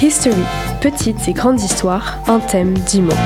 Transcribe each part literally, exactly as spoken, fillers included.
History, petites et grandes histoires, un thème, dix mots.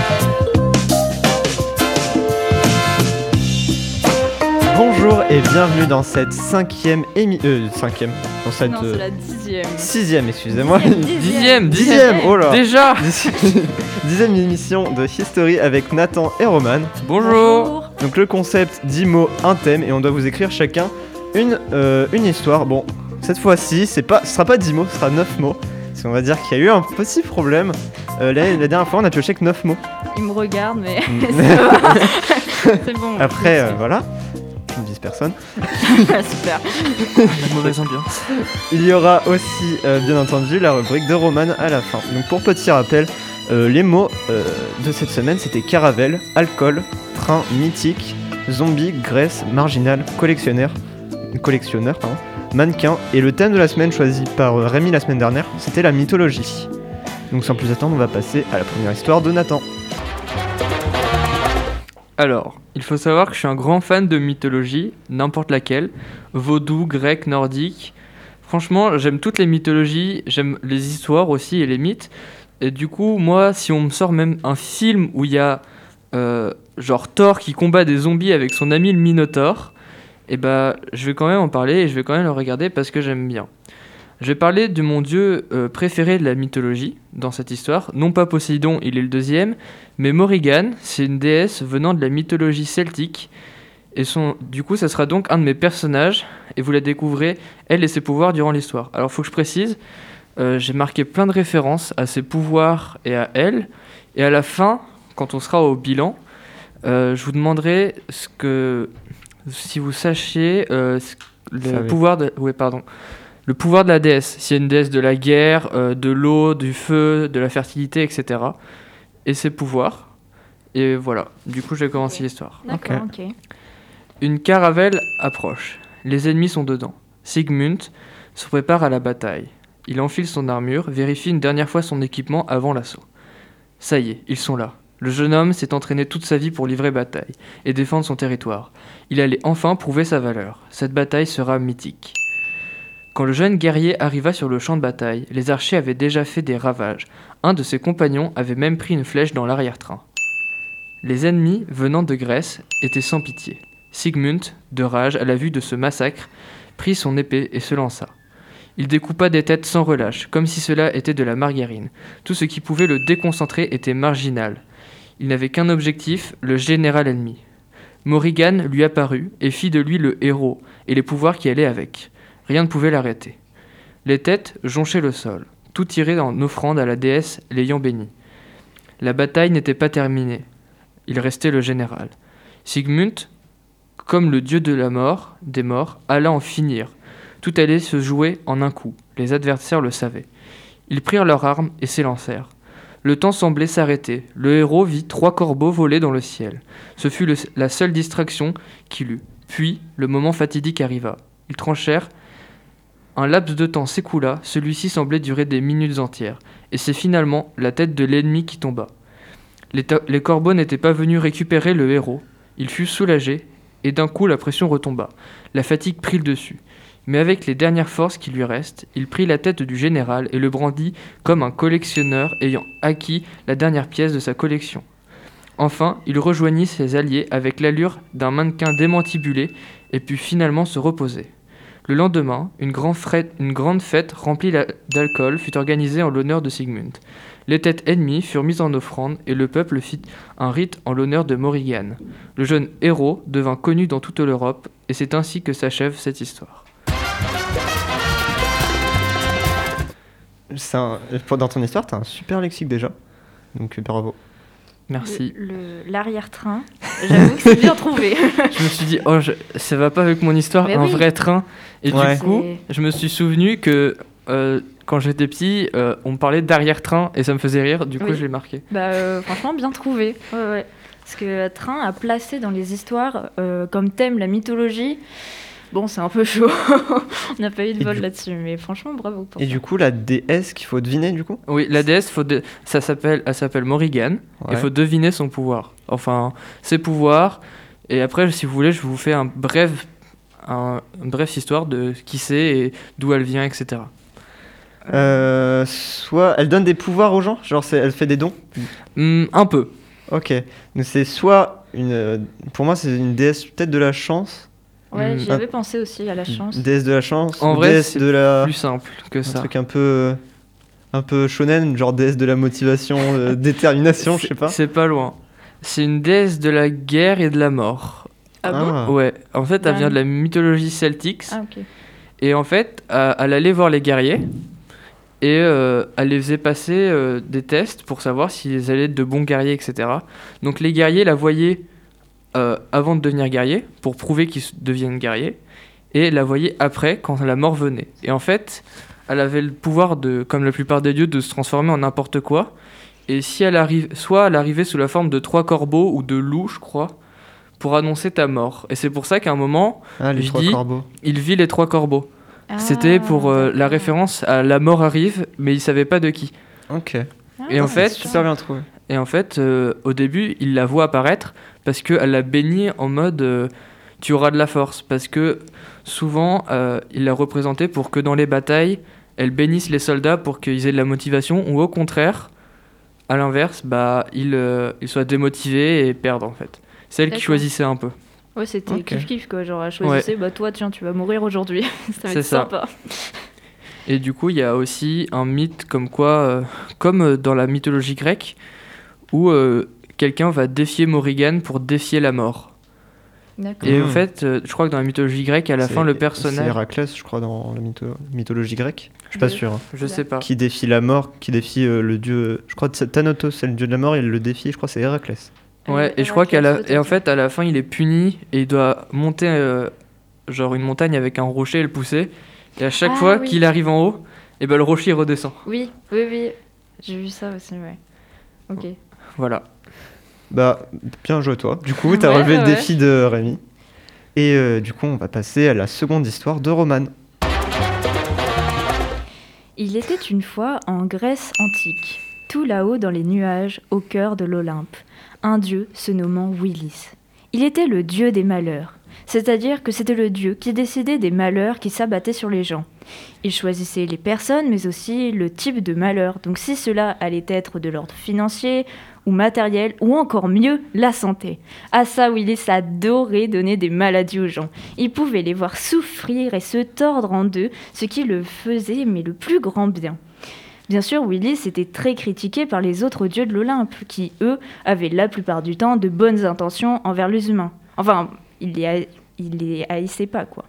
Bonjour et bienvenue dans cette cinquième émi... Euh, cinquième dans cette... Non, c'est la dixième. Sixième, excusez-moi. Dixième, dixième, dixième, oh là. Déjà. Dixième émission de History avec Nathan et Roman. Bonjour. Donc le concept, dix mots, un thème, et on doit vous écrire chacun une, euh, une histoire. Bon, cette fois-ci, c'est pas, ce sera pas dix mots, ce sera neuf mots. Parce qu'on va dire qu'il y a eu un petit problème. Euh, la, la dernière fois, on a pioché que neuf mots. Il me regarde, mais c'est, c'est bon. Après, euh, voilà. Je ne vise personne. Super. La mauvaise ambiance. Il y aura aussi, euh, bien entendu, la rubrique de Roman à la fin. Donc pour petit rappel, euh, les mots euh, de cette semaine, c'était caravelle, alcool, train, mythique, zombie, Grèce, marginal, collectionneur, collectionneur, pardon, mannequin. Et le thème de la semaine choisi par euh, Rémi la semaine dernière, c'était la mythologie. Donc sans plus attendre, on va passer à la première histoire de Nathan. Alors, il faut savoir que je suis un grand fan de mythologie, n'importe laquelle, vaudou, grec, nordique. Franchement, j'aime toutes les mythologies, j'aime les histoires aussi et les mythes. Et du coup, moi, si on me sort même un film où il y a euh, genre Thor qui combat des zombies avec son ami le Minotaure, et bah, je vais quand même en parler et je vais quand même le regarder parce que j'aime bien. Je vais parler de mon dieu euh, préféré de la mythologie dans cette histoire. Non pas Poséidon, il est le deuxième, mais Morrigan, c'est une déesse venant de la mythologie celtique. Et son, du coup, ça sera donc un de mes personnages, et vous la découvrez, elle et ses pouvoirs durant l'histoire. Alors, il faut que je précise, euh, j'ai marqué plein de références à ses pouvoirs et à elle. Et à la fin, quand on sera au bilan, euh, je vous demanderai ce que, si vous sachiez euh, ce, le pouvoir de... Ouais, pardon. Le pouvoir de la déesse, s'il y a une déesse de la guerre, euh, de l'eau, du feu, de la fertilité, et cetera. Et ses pouvoirs. Et voilà, du coup je vais commencer okay. l'histoire. D'accord, ok. Une caravelle approche. Les ennemis sont dedans. Sigmund se prépare à la bataille. Il enfile son armure, vérifie une dernière fois son équipement avant l'assaut. Ça y est, ils sont là. Le jeune homme s'est entraîné toute sa vie pour livrer bataille et défendre son territoire. Il allait enfin prouver sa valeur. Cette bataille sera mythique. Quand le jeune guerrier arriva sur le champ de bataille, les archers avaient déjà fait des ravages. Un de ses compagnons avait même pris une flèche dans l'arrière-train. Les ennemis, venant de Grèce, étaient sans pitié. Sigmund, de rage à la vue de ce massacre, prit son épée et se lança. Il découpa des têtes sans relâche, comme si cela était de la margarine. Tout ce qui pouvait le déconcentrer était marginal. Il n'avait qu'un objectif, le général ennemi. Morrigan lui apparut et fit de lui le héros et les pouvoirs qui allaient avec. Rien ne pouvait l'arrêter. Les têtes jonchaient le sol, tout tiré en offrande à la déesse l'ayant béni. La bataille n'était pas terminée. Il restait le général. Sigmund, comme le dieu de la mort, des morts, alla en finir. Tout allait se jouer en un coup. Les adversaires le savaient. Ils prirent leurs armes et s'élancèrent. Le temps semblait s'arrêter. Le héros vit trois corbeaux voler dans le ciel. Ce fut le, la seule distraction qu'il eut. Puis, le moment fatidique arriva. Ils tranchèrent. Un laps de temps s'écoula, celui-ci semblait durer des minutes entières, et c'est finalement la tête de l'ennemi qui tomba. Les, to- les corbeaux n'étaient pas venus récupérer le héros. Il fut soulagé, et d'un coup la pression retomba. La fatigue prit le dessus. Mais avec les dernières forces qui lui restent, il prit la tête du général et le brandit comme un collectionneur ayant acquis la dernière pièce de sa collection. Enfin, il rejoignit ses alliés avec l'allure d'un mannequin démantibulé et put finalement se reposer. Le lendemain, une, grand fête, une grande fête remplie la, d'alcool fut organisée en l'honneur de Sigmund. Les têtes ennemies furent mises en offrande et le peuple fit un rite en l'honneur de Morrigan. Le jeune héros devint connu dans toute l'Europe et c'est ainsi que s'achève cette histoire. C'est un, dans ton histoire, t'as un super lexique déjà, donc bravo. Merci. Le, le, l'arrière-train, j'avoue que c'est bien trouvé. Je me suis dit, oh, je, ça va pas avec mon histoire, mais un oui. vrai train. Et ouais. du coup, c'est... je me suis souvenu que euh, quand j'étais petit, euh, on me parlait d'arrière-train et ça me faisait rire, du coup oui. je l'ai marqué. Bah, euh, franchement, bien trouvé. Ouais, ouais. Parce que train a placé dans les histoires euh, comme thème la mythologie. Bon, c'est un peu chaud. On n'a pas eu de vol du... là-dessus, mais franchement, bravo pour Et ça. du coup, la déesse qu'il faut deviner, du coup ? Oui, la déesse, faut de... ça s'appelle... elle s'appelle Morrigan. Il ouais. faut deviner son pouvoir. Enfin, ses pouvoirs. Et après, si vous voulez, je vous fais un bref, un... une brève histoire de qui c'est et d'où elle vient, et cetera. Euh, soit elle donne des pouvoirs aux gens, genre c'est, elle fait des dons. Hmm, un peu. Ok, donc c'est soit une, euh, pour moi c'est une déesse peut-être de la chance, Ouais, Hmm. j'y avais pensé aussi à la chance. une déesse de la chance, En ou vrai, déesse c'est de la, Plus simple que un ça. truc un peu, un peu shonen, genre déesse de la motivation, euh, détermination, je sais pas. C'est pas loin. C'est une déesse de la guerre et de la mort. Ah bon Ouais, en fait, elle Ah. vient de la mythologie celtique. Ah, ok. Et en fait, euh, elle allait voir les guerriers et euh, elle les faisait passer euh, des tests pour savoir s'ils allaient être de bons guerriers, et cetera. Donc les guerriers la voyaient euh, avant de devenir guerrier pour prouver qu'ils s- deviennent guerriers et la voyaient après quand la mort venait. Et en fait, elle avait le pouvoir de, comme la plupart des dieux, de se transformer en n'importe quoi. Et si elle arrive, soit elle arrivait sous la forme de trois corbeaux ou de loups, je crois, pour annoncer ta mort. Et c'est pour ça qu'à un moment, Ah, les je trois dis- corbeaux. il vit les trois corbeaux. Ah, C'était pour euh, la d'accord. référence à la mort arrive, mais il savait pas de qui. Ok. Ah, Et en ouais, fait, c'est Super bien trouvé. Et en fait, euh, au début, il la voit apparaître parce qu'elle l'a bénie en mode euh, tu auras de la force. Parce que souvent, euh, il l'a représentée pour que dans les batailles, elle bénisse les soldats pour qu'ils aient de la motivation, ou au contraire, à l'inverse, bah, ils, euh, ils soient démotivés et perdent en fait. C'est elle qui D'accord. choisissait un peu. Ouais, c'était Ok. kiff-kiff quoi. Genre, elle choisissait, bah toi, tiens, tu vas mourir aujourd'hui. Ça va C'est être ça. sympa. Et du coup, il y a aussi un mythe comme quoi, euh, comme euh, dans la mythologie grecque, où euh, quelqu'un va défier Morrigan pour défier la mort. D'accord. Et Mhm. en fait, euh, je crois que dans la mythologie grecque, à la C'est- fin, le C'est personnage... Héraclès, je crois, dans la mytho- mythologie grecque. Je suis pas Ouais. sûr. hein. Je sais pas. Qui défie la mort, qui défie euh, le dieu. Je crois que c'est Thanatos, c'est le dieu de la mort, et il le défie, je crois que c'est Héraclès. Ouais, et je crois qu'à la... et en fait, à la fin, il est puni et il doit monter euh, genre une montagne avec un rocher et le pousser. Et à chaque Ah, fois oui. qu'il arrive en haut, et ben le rocher il redescend. Oui, oui, oui. J'ai vu ça aussi, ouais. Ok. Voilà. Bah, bien joué toi. Du coup, t'as Ouais, relevé le ouais. défi de Rémi. Et euh, du coup, on va passer à la seconde histoire de Roman. Il était une fois en Grèce antique, tout là-haut dans les nuages, au cœur de l'Olympe, un dieu se nommant Willis. Il était le dieu des malheurs, c'est-à-dire que c'était le dieu qui décidait des malheurs qui s'abattaient sur les gens. Il choisissait les personnes, mais aussi le type de malheur, donc si cela allait être de l'ordre financier ou matériel, ou encore mieux, la santé. Ah ça, Willis adorait donner des maladies aux gens. Il pouvait les voir souffrir et se tordre en deux, ce qui le faisait, mais le plus grand bien. Bien sûr, Willis était très critiqué par les autres dieux de l'Olympe, qui, eux, avaient la plupart du temps de bonnes intentions envers les humains. Enfin, il les, ha- il les haïssait pas, quoi.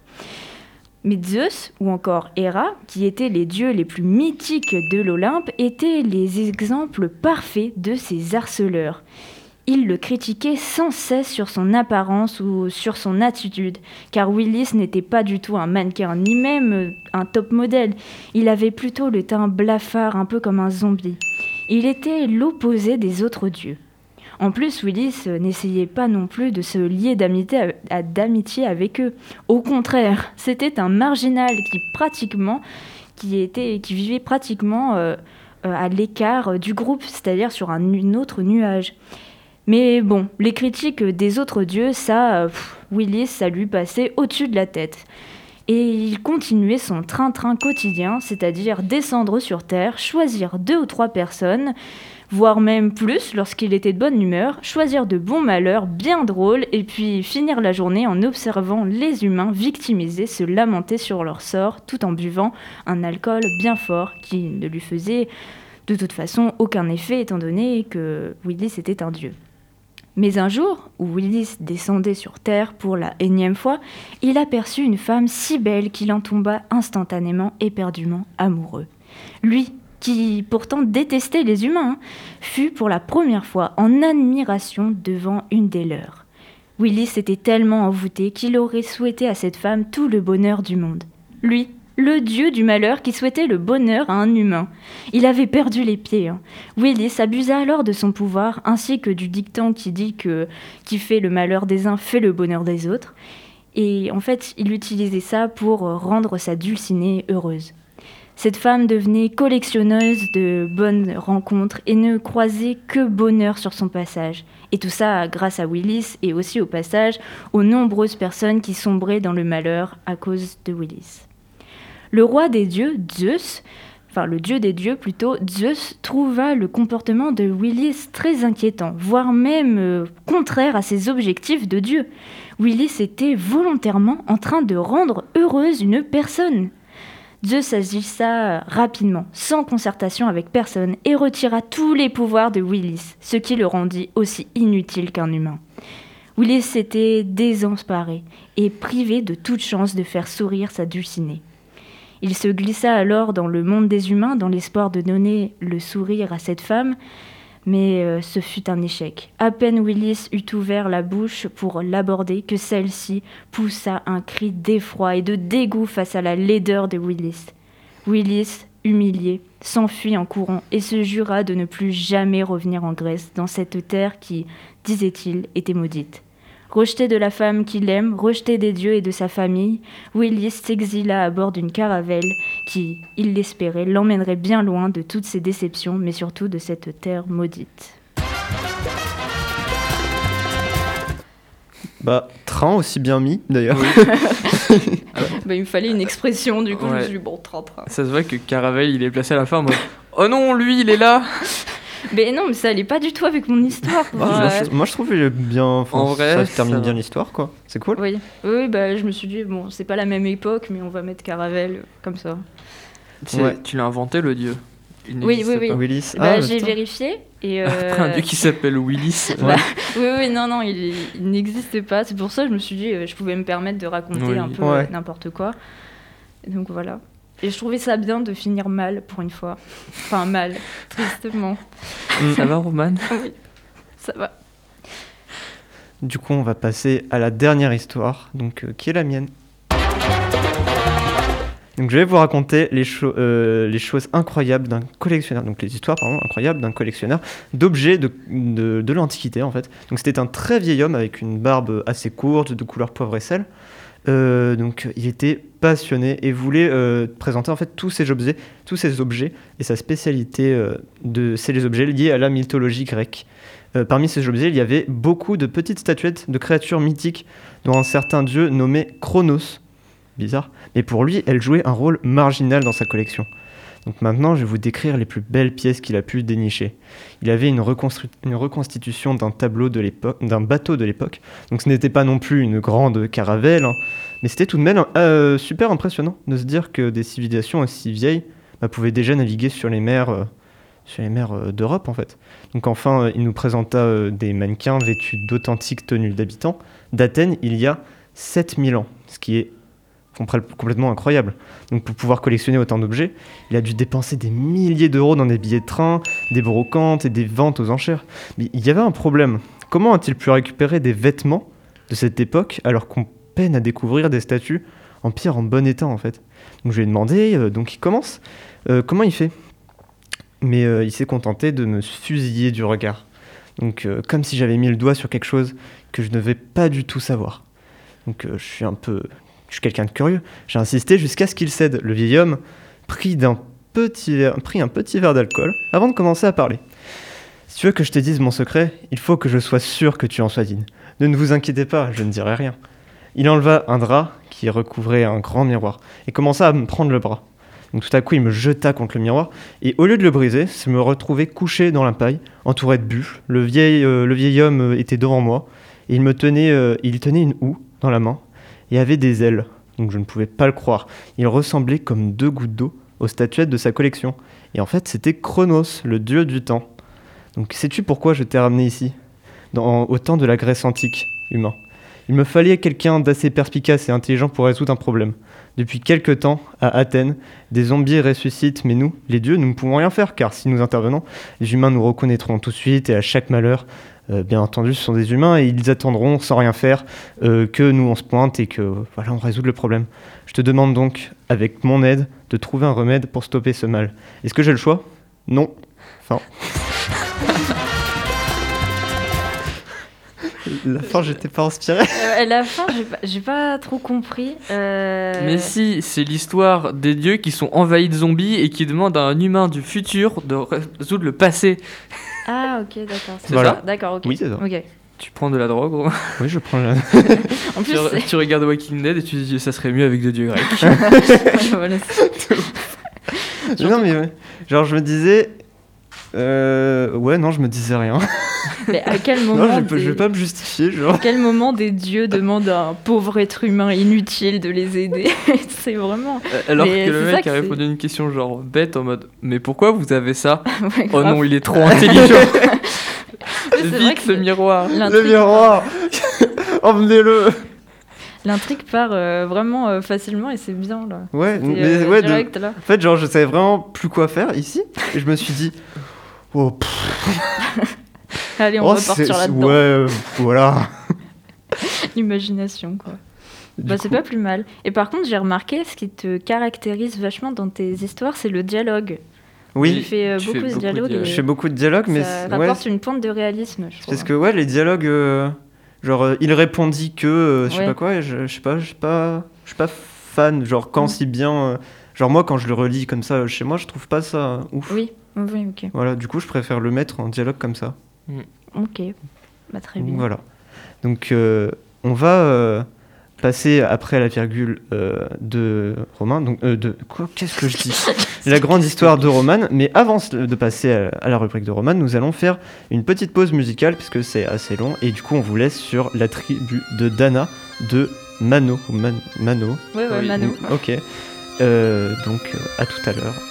Mais Zeus, ou encore Héra, qui étaient les dieux les plus mythiques de l'Olympe, étaient les exemples parfaits de ces harceleurs. Ils le critiquaient sans cesse sur son apparence ou sur son attitude, car Willis n'était pas du tout un mannequin, ni même euh, un top modèle. Il avait plutôt le teint blafard, un peu comme un zombie. Il était l'opposé des autres dieux. En plus, Willis euh, n'essayait pas non plus de se lier d'amitié, à- à- d'amitié avec eux. Au contraire, c'était un marginal qui pratiquement, qui était, qui vivait pratiquement euh, euh, à l'écart euh, du groupe, c'est-à-dire sur un, un autre nuage. Mais bon, les critiques des autres dieux, ça, euh, pff, Willis, ça lui passait au-dessus de la tête. Et il continuait son train-train quotidien, c'est-à-dire descendre sur Terre, choisir deux ou trois personnes, voire même plus lorsqu'il était de bonne humeur, choisir de bons malheurs bien drôles, et puis finir la journée en observant les humains victimisés se lamenter sur leur sort, tout en buvant un alcool bien fort qui ne lui faisait de toute façon aucun effet, étant donné que Willis était un dieu. Mais un jour, où Willis descendait sur Terre pour la énième fois, il aperçut une femme si belle qu'il en tomba instantanément éperdument amoureux. Lui, qui pourtant détestait les humains, hein, fut pour la première fois en admiration devant une des leurs. Willis était tellement envoûté qu'il aurait souhaité à cette femme tout le bonheur du monde. Lui, le dieu du malheur qui souhaitait le bonheur à un humain. Il avait perdu les pieds. Hein. Willis abusa alors de son pouvoir, ainsi que du dicton qui dit que qui fait le malheur des uns fait le bonheur des autres. Et en fait, il utilisait ça pour rendre sa dulcinée heureuse. Cette femme devenait collectionneuse de bonnes rencontres et ne croisait que bonheur sur son passage. Et tout ça grâce à Willis et aussi au passage aux nombreuses personnes qui sombraient dans le malheur à cause de Willis. Le roi des dieux, Zeus, enfin le dieu des dieux plutôt, Zeus trouva le comportement de Willis très inquiétant, voire même euh, contraire à ses objectifs de dieu. Willis était volontairement en train de rendre heureuse une personne. Zeus agissa rapidement, sans concertation avec personne, et retira tous les pouvoirs de Willis, ce qui le rendit aussi inutile qu'un humain. Willis était désemparé et privé de toute chance de faire sourire sa dulcinée. Il se glissa alors dans le monde des humains dans l'espoir de donner le sourire à cette femme, mais euh, ce fut un échec. À peine Willis eut ouvert la bouche pour l'aborder que celle-ci poussa un cri d'effroi et de dégoût face à la laideur de Willis. Willis, humilié, s'enfuit en courant et se jura de ne plus jamais revenir en Grèce, dans cette terre qui, disait-il, était maudite. Rejeté de la femme qu'il aime, rejeté des dieux et de sa famille, Willis s'exila à bord d'une caravelle qui, il l'espérait, l'emmènerait bien loin de toutes ses déceptions, mais surtout de cette terre maudite. Bah, train aussi bien mis d'ailleurs. Oui. Bah, il me fallait une expression, du coup je me Ouais. suis dit bon, train, train. Ça se voit que Caravelle, il est placé à la fin en mode oh non, lui, il est là. Mais non, mais ça allait pas du tout avec mon histoire. Ah, Enfin, moi, euh, je, moi, je trouve qu'il est bien. enfin, En vrai, ça se termine ça bien va. l'histoire, quoi. C'est cool. Oui, oui, bah je me suis dit bon, c'est pas la même époque, mais on va mettre Caravelle euh, comme ça. C'est- Ouais. Tu l'as inventé, le dieu. Il Oui, n'existe oui, oui. pas. Willis. Bah, ah, j'ai putain. vérifié et. euh, Après, un dieu qui s'appelle Willis. Bah, oui, oui, non, non, il, il n'existe pas. C'est pour ça que je me suis dit, euh, je pouvais me permettre de raconter Oui. un peu Ouais. euh, n'importe quoi. Et donc voilà. Et je trouvais ça bien de finir mal pour une fois. Enfin, mal, tristement. Ça va, Roman? Oui, ça va. Du coup, on va passer à la dernière histoire, donc euh, qui est la mienne. Donc, je vais vous raconter les, cho- euh, les choses incroyables d'un collectionneur, donc les histoires pardon, incroyables d'un collectionneur d'objets de, de, de l'Antiquité en fait. Donc, c'était un très vieil homme avec une barbe assez courte, de couleur poivre et sel. Euh, donc, il était passionné et voulait euh, présenter en fait tous ces objets, tous ces objets et sa spécialité euh, de, c'est les objets liés à la mythologie grecque. Euh, parmi ces objets, il y avait beaucoup de petites statuettes de créatures mythiques, dont un certain dieu nommé Chronos. Bizarre. Mais pour lui, elles jouaient un rôle marginal dans sa collection. Donc maintenant, je vais vous décrire les plus belles pièces qu'il a pu dénicher. Il avait une, reconstru- une reconstitution d'un tableau de l'époque, d'un bateau de l'époque. Donc ce n'était pas non plus une grande caravelle, hein, mais c'était tout de même euh, super impressionnant de se dire que des civilisations aussi vieilles bah, pouvaient déjà naviguer sur les mers, euh, sur les mers euh, d'Europe en fait. Donc enfin, euh, il nous présenta euh, des mannequins vêtus d'authentiques tenues d'habitants d'Athènes il y a sept mille ans, ce qui est complètement incroyable. Donc pour pouvoir collectionner autant d'objets, il a dû dépenser des milliers d'euros dans des billets de train, des brocantes et des ventes aux enchères. Mais il y avait un problème. Comment a-t-il pu récupérer des vêtements de cette époque alors qu'on peine à découvrir des statues en pierre en bon état en fait? Donc je lui ai demandé, euh, donc il commence, euh, comment il fait? Mais euh, il s'est contenté de me fusiller du regard. Donc euh, comme si j'avais mis le doigt sur quelque chose que je ne devais pas du tout savoir. Donc euh, je suis un peu... Je suis quelqu'un de curieux. J'ai insisté jusqu'à ce qu'il cède. Le vieil homme prit, d'un petit verre, prit un petit verre d'alcool avant de commencer à parler. Si tu veux que je te dise mon secret, il faut que je sois sûr que tu en sois digne. Ne, ne vous inquiétez pas, je ne dirai rien. Il enleva un drap qui recouvrait un grand miroir et commença à me prendre le bras. Donc tout à coup, il me jeta contre le miroir et au lieu de le briser, je me retrouvais couché dans la paille, entouré de bûches. Le vieil, euh, le vieil homme euh, était devant moi et il me tenait, euh, il tenait une houe dans la main et avait des ailes, donc je ne pouvais pas le croire. Il ressemblait comme deux gouttes d'eau aux statuettes de sa collection. Et en fait, c'était Chronos, le dieu du temps. Donc sais-tu pourquoi je t'ai ramené ici, dans, au temps de la Grèce antique, humain? Il me fallait quelqu'un d'assez perspicace et intelligent pour résoudre un problème. Depuis quelque temps, à Athènes, des zombies ressuscitent, mais nous, les dieux, nous ne pouvons rien faire, car si nous intervenons, les humains nous reconnaîtront tout de suite, et à chaque malheur, euh, bien entendu, ce sont des humains, et ils attendront, sans rien faire, euh, que nous on se pointe et que, voilà, on résout le problème. Je te demande donc, avec mon aide, de trouver un remède pour stopper ce mal. Est-ce que j'ai le choix? Non. Enfin... La fin, j'étais pas inspiré. Euh, la fin, j'ai pas, j'ai pas trop compris. Euh... Mais si, c'est l'histoire des dieux qui sont envahis de zombies et qui demandent à un humain du futur de résoudre le passé. Ah, ok, d'accord. C'est Voilà. ça. D'accord, ok. Oui, c'est ça. Ok. Tu prends de la drogue, Romain. Oui, je prends la... En plus, tu, c'est- tu regardes Walking Dead et tu te dis ça serait mieux avec des dieux grecs. voilà, c'est- Non, mais ouais. Genre, je me disais. Euh... Ouais, non, je me disais rien. Mais à quel moment Non, je, peux, des... je vais pas me justifier. Genre. À quel moment des dieux demandent à un pauvre être humain inutile de les aider? C'est vraiment. Alors Mais que le c'est mec ça que a c'est- répondu à une question genre bête en mode mais pourquoi vous avez ça? Ouais, Oh grave. non, il est trop intelligent. Ouais, c'est vrai Vite que le c'est- miroir. Le L'intrigue miroir. Emmenez-le. L'intrigue part euh, vraiment euh, facilement et c'est bien là. Ouais, C'était, mais euh, ouais, de- direct, là. En fait, genre, je savais vraiment plus quoi faire ici. Et je me suis dit. Oh, pff, Allez, on oh, va partir c'est- là-dedans. Ouais, euh, voilà. L'imagination, quoi. Du Bah, c'est coup- pas plus mal. Et par contre, j'ai remarqué, ce qui te caractérise vachement dans tes histoires, c'est le dialogue. Tu Oui, fais euh, tu beaucoup fais de beaucoup de dialogues. dialogues. je et fais beaucoup de dialogues, mais. ça c'est- ouais, rapporte une pointe de réalisme, je trouve. parce que, ouais, les dialogues. euh, Genre, euh, il répondit que. euh, je sais Ouais. pas quoi, et je, je sais pas, je sais pas. Je suis pas fan. Genre, quand Mm. si bien. euh, Genre, moi, quand je le relis comme ça euh, chez moi, je trouve pas ça euh, ouf. Oui, oui, ok. Voilà, du coup, je préfère le mettre en dialogue comme ça. Ok. Bah, très Donc, bien. voilà. Donc, euh, on va euh, passer après la virgule euh, de Romain. Donc, euh, de quoi Qu'est-ce que je dis La grande histoire de Roman. Mais avant de passer à, à la rubrique de Roman, nous allons faire une petite pause musicale puisque c'est assez long. Et du coup, on vous laisse sur la tribu de Dana de Mano. ou Man- Mano. Ouais, ouais, Oui. Mano. Ok. Euh, donc, euh, à tout à l'heure.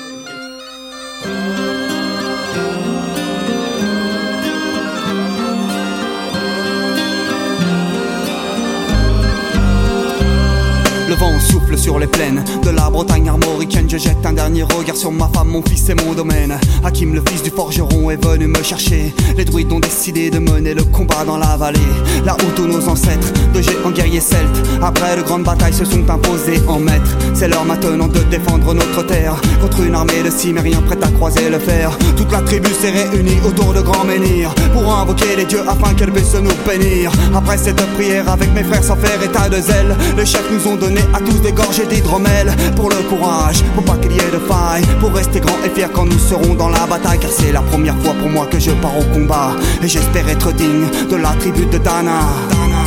Le vent souffle sur les plaines de la Bretagne armoricaine. Je jette un dernier regard sur ma femme, mon fils et mon domaine. Hakim, le fils du forgeron, est venu me chercher. Les druides ont décidé de mener le combat dans la vallée, là où tous nos ancêtres, de géants guerriers celtes, après de grandes batailles, se sont imposés en maîtres. C'est l'heure maintenant de défendre notre terre contre une armée de cimériens prête à croiser le fer. Toute la tribu s'est réunie autour de grands menhirs pour invoquer les dieux afin qu'elle puisse nous bénir. Après cette prière avec mes frères sans faire état de zèle, les chefs nous ont donné à tous des gorgées d'hydromel. Pour le courage, pour pas qu'il y ait de faille, pour rester grand et fier quand nous serons dans la bataille. Car c'est la première fois pour moi que je pars au combat, et j'espère être digne de la tribu de Dana. Dana.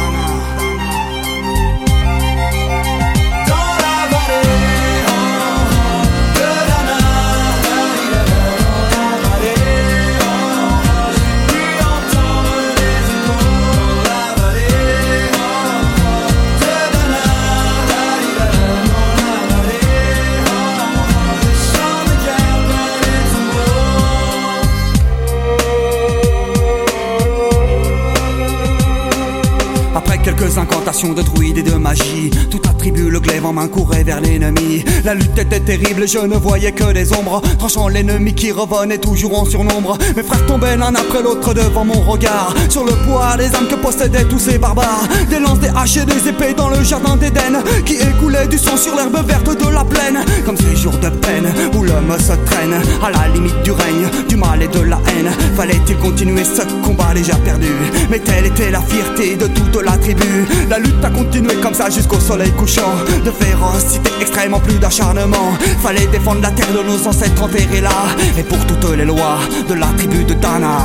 Quelques incantations de druides et de magie, toute la tribu, le glaive en main, courait vers l'ennemi. La lutte était terrible, je ne voyais que des ombres, tranchant l'ennemi qui revenait toujours en surnombre. Mes frères tombaient l'un après l'autre devant mon regard, sur le poids des âmes que possédaient tous ces barbares. Des lances, des haches et des épées dans le jardin d'Éden, qui écoulait du sang sur l'herbe verte de la plaine. Comme ces jours de peine où l'homme se traîne à la limite du règne, du mal et de la haine. Fallait-il continuer ce combat déjà perdu? Mais telle était la fierté de toute la tribu. La lutte a continué comme ça jusqu'au soleil couchant. De férocité extrême en plus d'acharnement. Fallait défendre la terre de nos ancêtres enterrés là. Et pour toutes les lois de la tribu de Dana.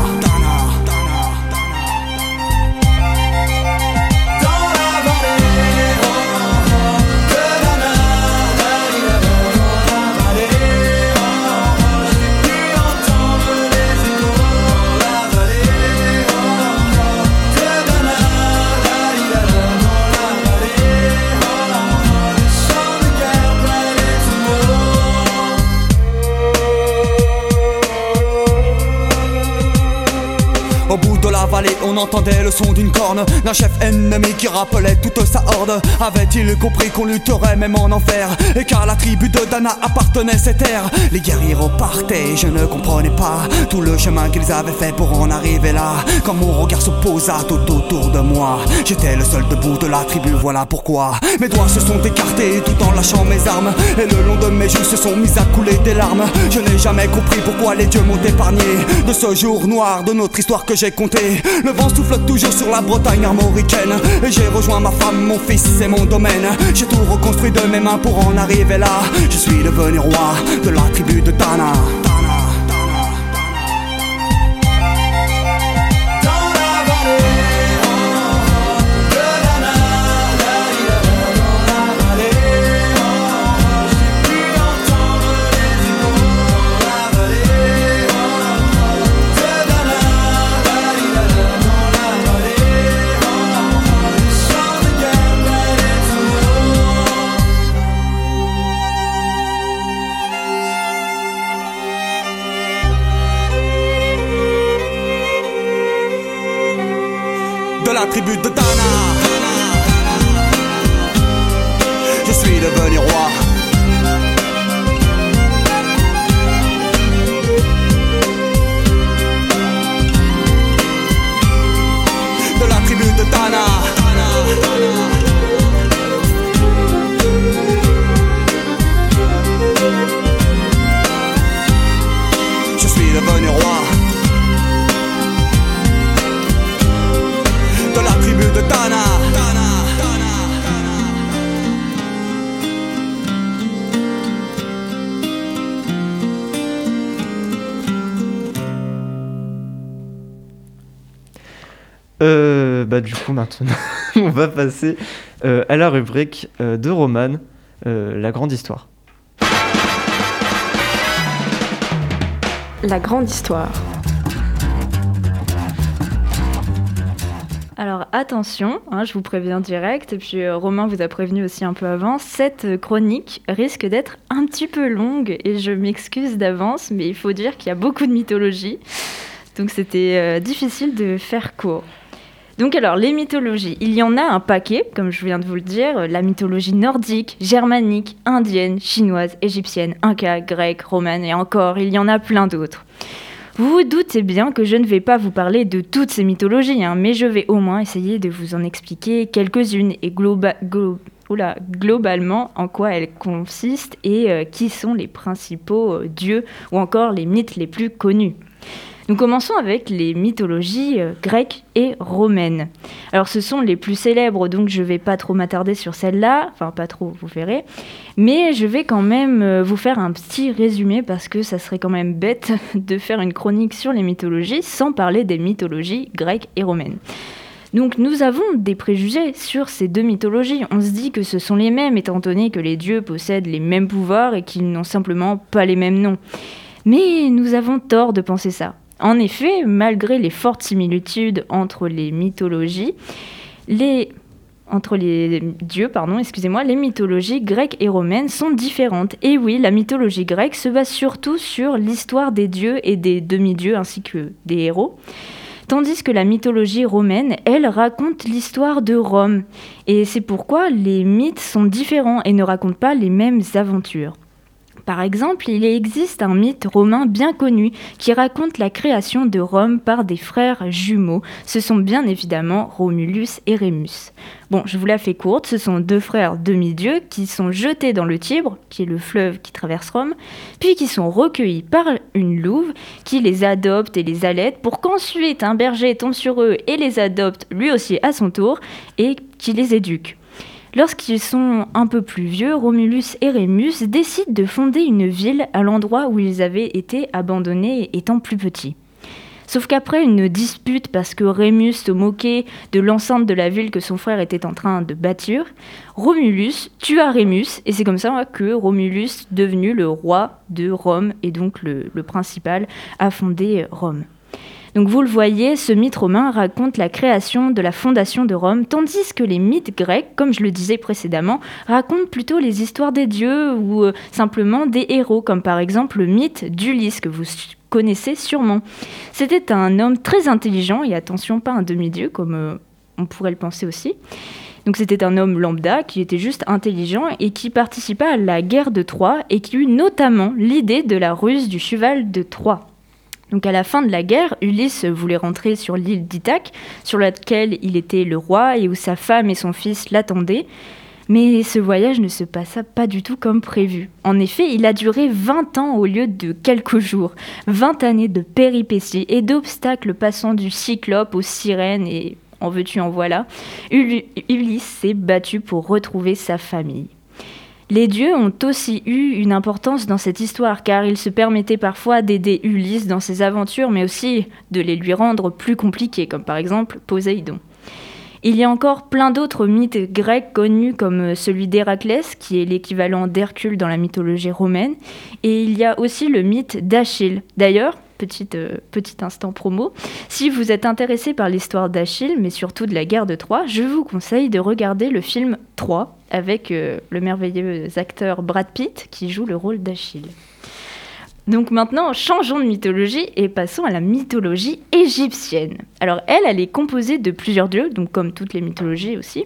Au bout de la vallée, on entendait le son d'une corne d'un chef ennemi qui rappelait toute sa horde. Avait-il compris qu'on lutterait même en enfer, et qu'à la tribu de Dana appartenait ces terres? Les guerriers repartaient, je ne comprenais pas tout le chemin qu'ils avaient fait pour en arriver là. Quand mon regard se posa tout autour de moi, j'étais le seul debout de la tribu, voilà pourquoi mes doigts se sont écartés tout en lâchant mes armes, et le long de mes joues se sont mis à couler des larmes. Je n'ai jamais compris pourquoi les dieux m'ont épargné de ce jour noir de notre histoire que j'ai compté. Le vent souffle toujours sur la Bretagne armoricaine, et j'ai rejoint ma femme, mon fils et mon domaine. J'ai tout reconstruit de mes mains pour en arriver là. Je suis devenu roi de la tribu de Dana. la tribu de Dana. Je suis devenu roi. De la tribu de Dana. Je suis devenu roi. De la tribu de Dana. Euh, bah du coup maintenant on va passer euh, à la rubrique euh, de Roman, euh, la grande histoire. La grande histoire. Alors attention, hein, je vous préviens direct, et puis euh, Romain vous a prévenu aussi un peu avant, cette euh, chronique risque d'être un petit peu longue, et je m'excuse d'avance, mais il faut dire qu'il y a beaucoup de mythologie, donc c'était euh, difficile de faire court. Donc alors, les mythologies, il y en a un paquet, comme je viens de vous le dire, la mythologie nordique, germanique, indienne, chinoise, égyptienne, inca, grecque, romane, et encore, il y en a plein d'autres. Vous vous doutez bien que je ne vais pas vous parler de toutes ces mythologies, hein, mais je vais au moins essayer de vous en expliquer quelques-unes, et globa- glo- oula, globalement en quoi elles consistent, et euh, qui sont les principaux euh, dieux, ou encore les mythes les plus connus. Nous commençons avec les mythologies euh, grecques et romaines. Alors ce sont les plus célèbres, donc je ne vais pas trop m'attarder sur celles-là, enfin pas trop, vous verrez, mais je vais quand même euh, vous faire un petit résumé parce que ça serait quand même bête de faire une chronique sur les mythologies sans parler des mythologies grecques et romaines. Donc nous avons des préjugés sur ces deux mythologies. On se dit que ce sont les mêmes étant donné que les dieux possèdent les mêmes pouvoirs et qu'ils n'ont simplement pas les mêmes noms. Mais nous avons tort de penser ça. En effet, malgré les fortes similitudes entre les mythologies, les... entre les dieux, pardon, excusez-moi, les mythologies grecques et romaines sont différentes. Et oui, la mythologie grecque se base surtout sur l'histoire des dieux et des demi-dieux ainsi que des héros. Tandis que la mythologie romaine, elle, raconte l'histoire de Rome. Et c'est pourquoi les mythes sont différents et ne racontent pas les mêmes aventures. Par exemple, il existe un mythe romain bien connu qui raconte la création de Rome par des frères jumeaux. Ce sont bien évidemment Romulus et Rémus. Bon, je vous la fais courte, ce sont deux frères demi-dieux qui sont jetés dans le Tibre, qui est le fleuve qui traverse Rome, puis qui sont recueillis par une louve qui les adopte et les allaite pour qu'ensuite un berger tombe sur eux et les adopte lui aussi à son tour et qui les éduque. Lorsqu'ils sont un peu plus vieux, Romulus et Rémus décident de fonder une ville à l'endroit où ils avaient été abandonnés étant plus petits. Sauf qu'après une dispute parce que Rémus se moquait de l'enceinte de la ville que son frère était en train de bâtir, Romulus tua Rémus et c'est comme ça que Romulus, devenu le roi de Rome et donc le, le principal, a fondé Rome. Donc vous le voyez, ce mythe romain raconte la création de la fondation de Rome, tandis que les mythes grecs, comme je le disais précédemment, racontent plutôt les histoires des dieux ou euh, simplement des héros, comme par exemple le mythe d'Ulysse, que vous connaissez sûrement. C'était un homme très intelligent, et attention, pas un demi-dieu, comme euh, on pourrait le penser aussi. Donc c'était un homme lambda qui était juste intelligent et qui participa à la guerre de Troie et qui eut notamment l'idée de la ruse du cheval de Troie. Donc à la fin de la guerre, Ulysse voulait rentrer sur l'île d'Ithaque, sur laquelle il était le roi et où sa femme et son fils l'attendaient. Mais ce voyage ne se passa pas du tout comme prévu. En effet, il a duré vingt ans au lieu de quelques jours. vingt années de péripéties et d'obstacles passant du cyclope aux sirènes et en veux-tu en voilà. Ul- Ulysse s'est battu pour retrouver sa famille. Les dieux ont aussi eu une importance dans cette histoire, car ils se permettaient parfois d'aider Ulysse dans ses aventures, mais aussi de les lui rendre plus compliquées, comme par exemple Poséidon. Il y a encore plein d'autres mythes grecs connus, comme celui d'Héraclès, qui est l'équivalent d'Hercule dans la mythologie romaine, et il y a aussi le mythe d'Achille. D'ailleurs, Petite, euh, petit instant promo. Si vous êtes intéressé par l'histoire d'Achille, mais surtout de la guerre de Troie, je vous conseille de regarder le film Troie avec euh, le merveilleux acteur Brad Pitt qui joue le rôle d'Achille. Donc maintenant, changeons de mythologie et passons à la mythologie égyptienne. Alors elle, elle est composée de plusieurs dieux, donc comme toutes les mythologies aussi.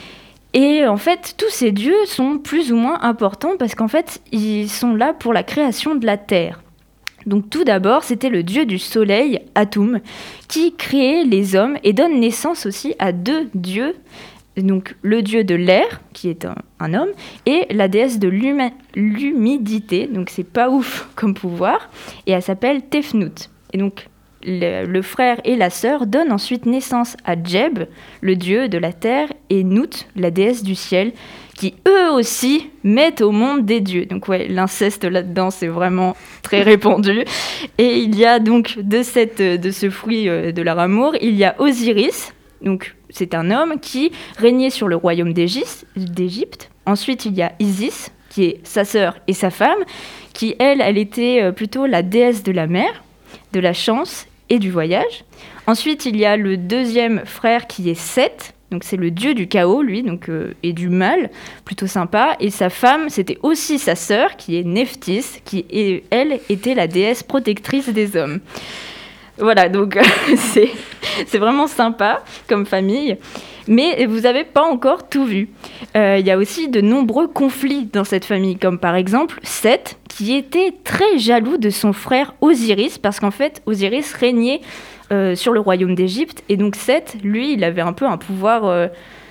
Et en fait, tous ces dieux sont plus ou moins importants parce qu'en fait, ils sont là pour la création de la terre. Donc tout d'abord, c'était le dieu du soleil, Atum, qui créait les hommes et donne naissance aussi à deux dieux. Donc le dieu de l'air, qui est un, un homme, et la déesse de l'huma- l'humidité, donc c'est pas ouf comme pouvoir, et elle s'appelle Tefnut. Et donc le, le frère et la sœur donnent ensuite naissance à Djeb, le dieu de la terre, et Nut, la déesse du ciel, qui eux aussi mettent au monde des dieux. Donc ouais, l'inceste là-dedans, c'est vraiment très répandu. Et il y a donc de, cette, de ce fruit de leur amour, il y a Osiris, donc c'est un homme qui régnait sur le royaume d'Égypte. d'Égypte. Ensuite, il y a Isis, qui est sa sœur et sa femme, qui, elle, elle était plutôt la déesse de la mer, de la chance et du voyage. Ensuite, il y a le deuxième frère qui est Seth, donc c'est le dieu du chaos, lui, donc, euh, et du mal, plutôt sympa. Et sa femme, c'était aussi sa sœur, qui est Nephthys, qui, est, elle, était la déesse protectrice des hommes. Voilà, donc c'est, c'est vraiment sympa comme famille, mais vous n'avez pas encore tout vu. Il euh, y a aussi de nombreux conflits dans cette famille, comme par exemple Seth, qui était très jaloux de son frère Osiris, parce qu'en fait, Osiris régnait euh, sur le royaume d'Égypte, et donc Seth, lui, il avait un peu un pouvoir euh,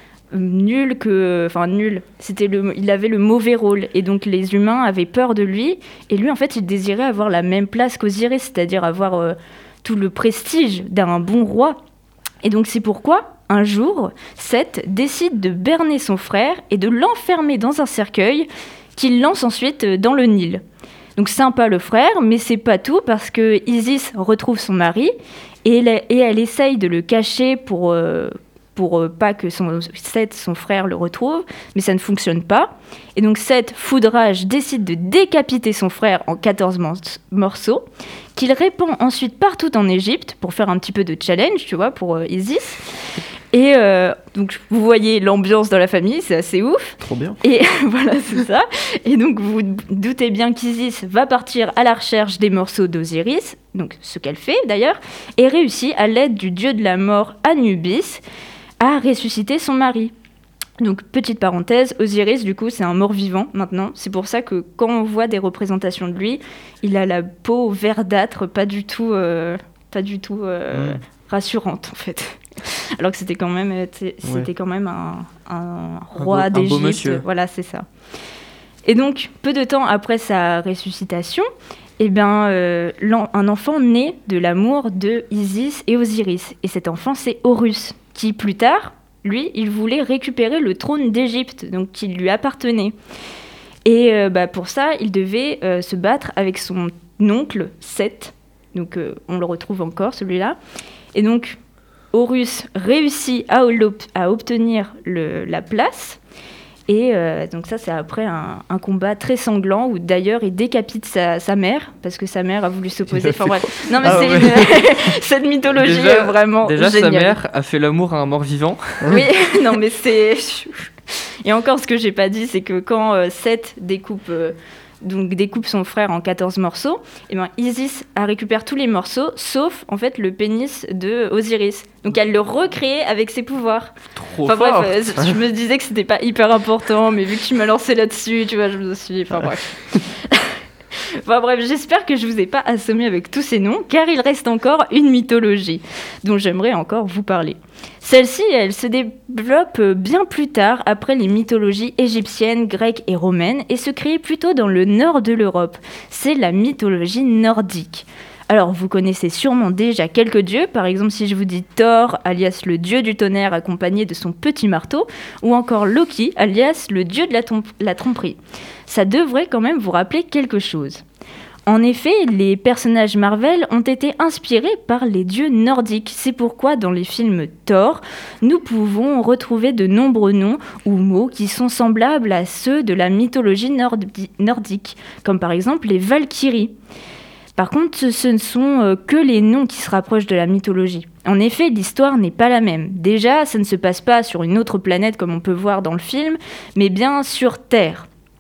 nul, que, enfin nul, c'était le, il avait le mauvais rôle, et donc les humains avaient peur de lui, et lui, en fait, il désirait avoir la même place qu'Osiris, c'est-à-dire avoir... Euh, tout le prestige d'un bon roi. Et donc c'est pourquoi, un jour, Seth décide de berner son frère et de l'enfermer dans un cercueil qu'il lance ensuite dans le Nil. Donc sympa le frère, mais c'est pas tout parce que Isis retrouve son mari et elle, et elle essaye de le cacher pour, euh, pour euh, pas que son, Seth, son frère, le retrouve, mais ça ne fonctionne pas. Et donc Seth, fou de rage, décide de décapiter son frère en quatorze morceaux, qu'il répand ensuite partout en Égypte pour faire un petit peu de challenge, tu vois, pour euh, Isis. Et euh, donc, vous voyez l'ambiance dans la famille, c'est assez ouf. Trop bien. Et voilà, c'est ça. Et donc, vous doutez bien qu'Isis va partir à la recherche des morceaux d'Osiris, donc ce qu'elle fait d'ailleurs, et réussit à l'aide du dieu de la mort Anubis à ressusciter son mari. Donc, petite parenthèse, Osiris, du coup, c'est un mort-vivant maintenant. C'est pour ça que quand on voit des représentations de lui, il a la peau verdâtre, pas du tout, euh, pas du tout euh, mmh. rassurante, en fait. Alors que c'était quand même, c'était ouais. quand même un, un roi un beau, d'Égypte. Un beau monsieur. Voilà, c'est ça. Et donc, peu de temps après sa ressuscitation, eh ben, euh, un enfant naît de l'amour de Isis et Osiris. Et cet enfant, c'est Horus, qui plus tard... Lui, il voulait récupérer le trône d'Égypte, donc qui lui appartenait. Et euh, bah, pour ça, il devait euh, se battre avec son oncle Seth. Donc euh, on le retrouve encore, celui-là. Et donc Horus réussit à, à obtenir le, la place. Et euh, donc ça, c'est après un, un combat très sanglant où d'ailleurs il décapite sa, sa mère parce que sa mère a voulu s'opposer. Enfin bref, non mais ah, c'est ouais. une... cette mythologie déjà, est vraiment déjà géniale. Sa mère a fait l'amour à un mort-vivant. Oui, non mais c'est. Et encore, ce que j'ai pas dit, c'est que quand euh, Seth découpe. Euh, donc découpe son frère en quatorze morceaux, et ben Isis a récupéré tous les morceaux, sauf en fait le pénis de Osiris. Donc elle le recrée avec ses pouvoirs. Trop enfin fort. Bref, euh, je me disais que c'était pas hyper important, mais vu que tu m'as lancé là-dessus, tu vois, je me suis... Enfin bref. Enfin bref, j'espère que je vous ai pas assommé avec tous ces noms, car il reste encore une mythologie dont j'aimerais encore vous parler. Celle-ci, elle se développe bien plus tard, après les mythologies égyptiennes, grecques et romaines, et se crée plutôt dans le nord de l'Europe. C'est la mythologie nordique. Alors, vous connaissez sûrement déjà quelques dieux, par exemple si je vous dis Thor, alias le dieu du tonnerre accompagné de son petit marteau, ou encore Loki, alias le dieu de la, tom- la tromperie. Ça devrait quand même vous rappeler quelque chose. En effet, les personnages Marvel ont été inspirés par les dieux nordiques. C'est pourquoi dans les films Thor, nous pouvons retrouver de nombreux noms ou mots qui sont semblables à ceux de la mythologie nordi- nordique, comme par exemple les Valkyries. Par contre, ce ne sont euh, que les noms qui se rapprochent de la mythologie. En effet, l'histoire n'est pas la même. Déjà, ça ne se passe pas sur une autre planète comme on peut voir dans le film, mais bien sur Terre.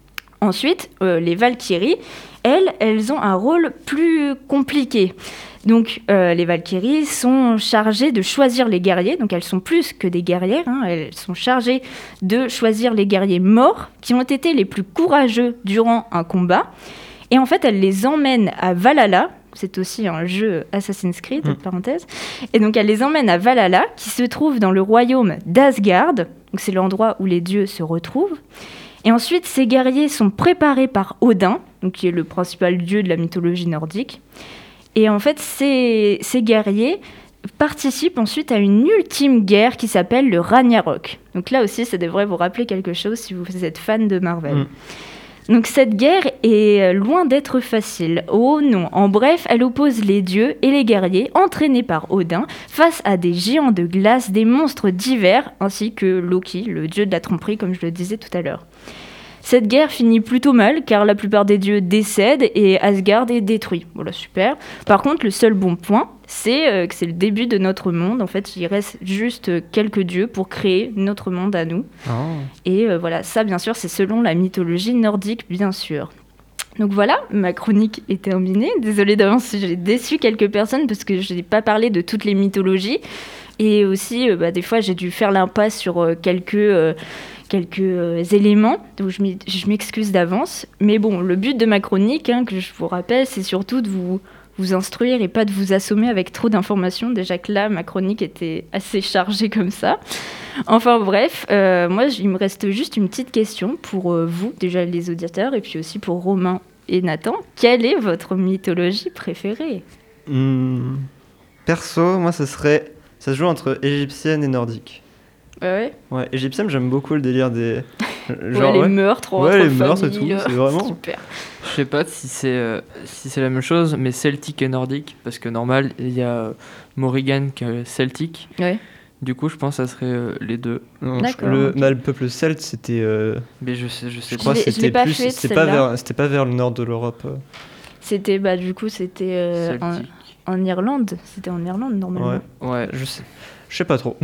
Ensuite, euh, les Valkyries, elles, elles ont un rôle plus compliqué. Donc, euh, les Valkyries sont chargées de choisir les guerriers. Donc, elles sont plus que des guerrières. Hein. Elles sont chargées de choisir les guerriers morts qui ont été les plus courageux durant un combat. Et en fait, elles les emmènent à Valhalla. C'est aussi un jeu Assassin's Creed, entre parenthèses. Et donc, elles les emmènent à Valhalla, qui se trouve dans le royaume d'Asgard. Donc, c'est l'endroit où les dieux se retrouvent. Et ensuite, ces guerriers sont préparés par Odin, donc qui est le principal dieu de la mythologie nordique. Et en fait, ces, ces guerriers participent ensuite à une ultime guerre qui s'appelle le Ragnarok. Donc là aussi, ça devrait vous rappeler quelque chose si vous êtes fan de Marvel. Mm. Donc cette guerre est loin d'être facile. Oh non, en bref, elle oppose les dieux et les guerriers, entraînés par Odin, face à des géants de glace, des monstres divers, ainsi que Loki, le dieu de la tromperie, comme je le disais tout à l'heure. Cette guerre finit plutôt mal, car la plupart des dieux décèdent et Asgard est détruit. Voilà, super. Par contre, le seul bon point, c'est euh, que c'est le début de notre monde. En fait, il reste juste quelques dieux pour créer notre monde à nous. Oh. Et euh, voilà, ça, bien sûr, c'est selon la mythologie nordique, bien sûr. Donc voilà, ma chronique est terminée. Désolée d'avance si j'ai déçu quelques personnes, parce que je n'ai pas parlé de toutes les mythologies. Et aussi, euh, bah, des fois, j'ai dû faire l'impasse sur euh, quelques... Euh, quelques euh, éléments, donc je, je m'excuse d'avance. Mais bon, le but de ma chronique, hein, que je vous rappelle, c'est surtout de vous, vous instruire et pas de vous assommer avec trop d'informations. Déjà que là, ma chronique était assez chargée comme ça. Enfin bref, euh, moi, il me reste juste une petite question pour euh, vous, déjà les auditeurs, et puis aussi pour Romain et Nathan. Quelle est votre mythologie préférée ? mmh, Perso, moi, ce serait... Ça se joue entre égyptienne et nordique. Ouais, ouais. Ouais, égyptienne, j'aime beaucoup le délire des. Genre, ouais, les ouais. meurtres, ouais, les meurtres et tout, c'est vraiment. Super. Je sais pas si c'est euh, si c'est la même chose, mais celtique et nordique, parce que normal, il y a euh, Morrigan qui est celtique. Ouais. Du coup, je pense que ça serait euh, les deux. Non, D'accord. Le, okay. bah, le peuple celte, c'était. Euh, mais je sais, je sais. Je crois que c'était pas plus. Fait, c'était pas vers, c'était pas vers le nord de l'Europe. Euh. C'était bah du coup c'était euh, en, en Irlande. C'était en Irlande normalement. Ouais. Ouais, je sais. Je sais pas trop.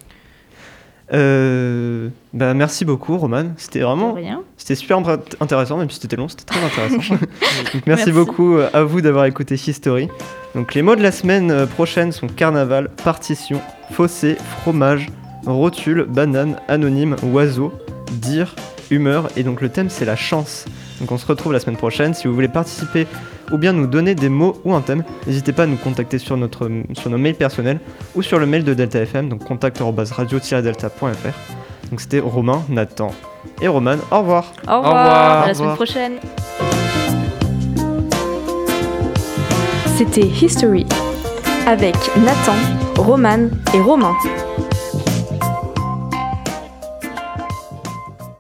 Euh, bah merci beaucoup Roman, c'était vraiment c'était super intéressant, même si c'était long, c'était très intéressant. Donc, merci, merci beaucoup à vous d'avoir écouté History. Donc les mots de la semaine prochaine sont carnaval, partition, fossé, fromage, rotule, banane, anonyme, oiseau, dire, humeur, et donc le thème c'est la chance. Donc on se retrouve la semaine prochaine. Si vous voulez participer ou bien nous donner des mots ou un thème, n'hésitez pas à nous contacter sur, notre, sur nos mails personnels ou sur le mail de Delta F M, donc contact arobase radio tiret delta point f r. Donc c'était Romain, Nathan et Roman. Au revoir. Au revoir, au revoir. À la semaine prochaine. C'était History avec Nathan, Roman et Romain.